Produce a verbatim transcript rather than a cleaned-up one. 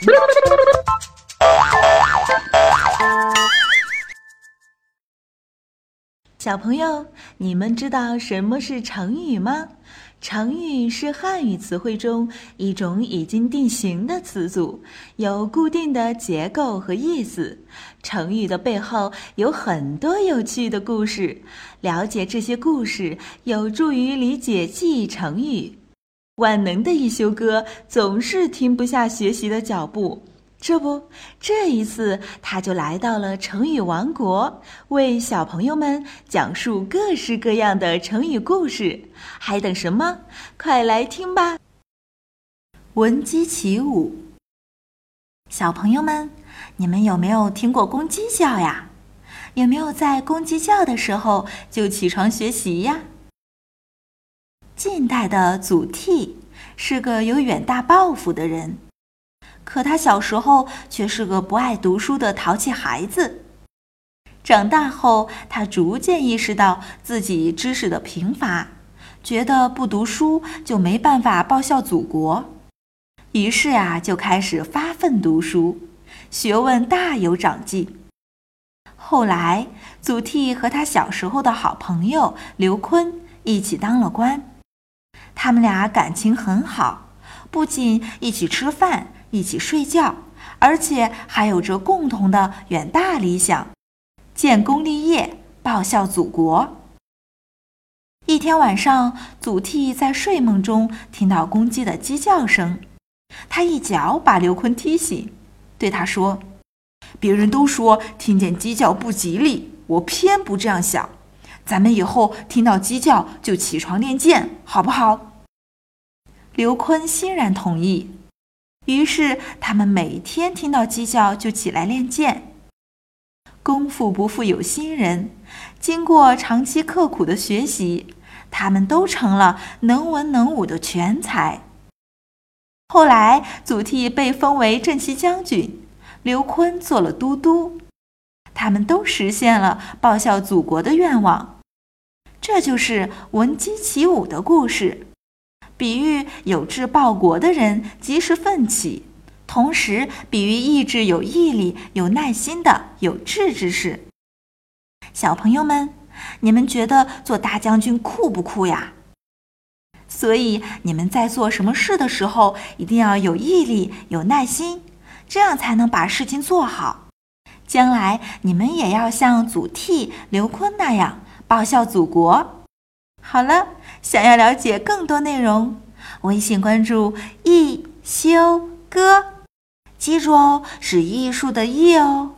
小朋友，你们知道什么是成语吗？成语是汉语词汇中一种已经定型的词组，有固定的结构和意思。成语的背后有很多有趣的故事，了解这些故事有助于理解记忆成语。万能的一休哥总是停不下学习的脚步，这不，这一次他就来到了成语王国，为小朋友们讲述各式各样的成语故事。还等什么？快来听吧！闻鸡起舞。小朋友们，你们有没有听过公鸡叫呀？有没有在公鸡叫的时候就起床学习呀？近代的祖逖是个有远大抱负的人，可他小时候却是个不爱读书的淘气孩子。长大后，他逐渐意识到自己知识的贫乏，觉得不读书就没办法报效祖国，于是啊，就开始发奋读书，学问大有长进。后来，祖逖和他小时候的好朋友刘琨一起当了官，他们俩感情很好，不仅一起吃饭，一起睡觉，而且还有着共同的远大理想，建功立业，报效祖国。一天晚上，祖逖在睡梦中听到公鸡的鸡叫声，他一脚把刘琨踢醒，对他说：别人都说听见鸡叫不吉利，我偏不这样想，咱们以后听到鸡叫就起床练剑，好不好？刘琨欣然同意，于是他们每天听到鸡叫就起来练剑。功夫不负有心人，经过长期刻苦的学习，他们都成了能文能武的全才。后来，祖逖被封为镇西将军，刘琨做了都督，他们都实现了报效祖国的愿望。这就是闻鸡起舞的故事，比喻有志报国的人及时奋起，同时比喻意志有毅力、有耐心的有志之士。小朋友们，你们觉得做大将军酷不酷呀？所以你们在做什么事的时候，一定要有毅力、有耐心，这样才能把事情做好。将来你们也要像祖逖、刘琨那样报效祖国。好了，想要了解更多内容，微信关注一休哥，记住哦，是艺术的艺哦。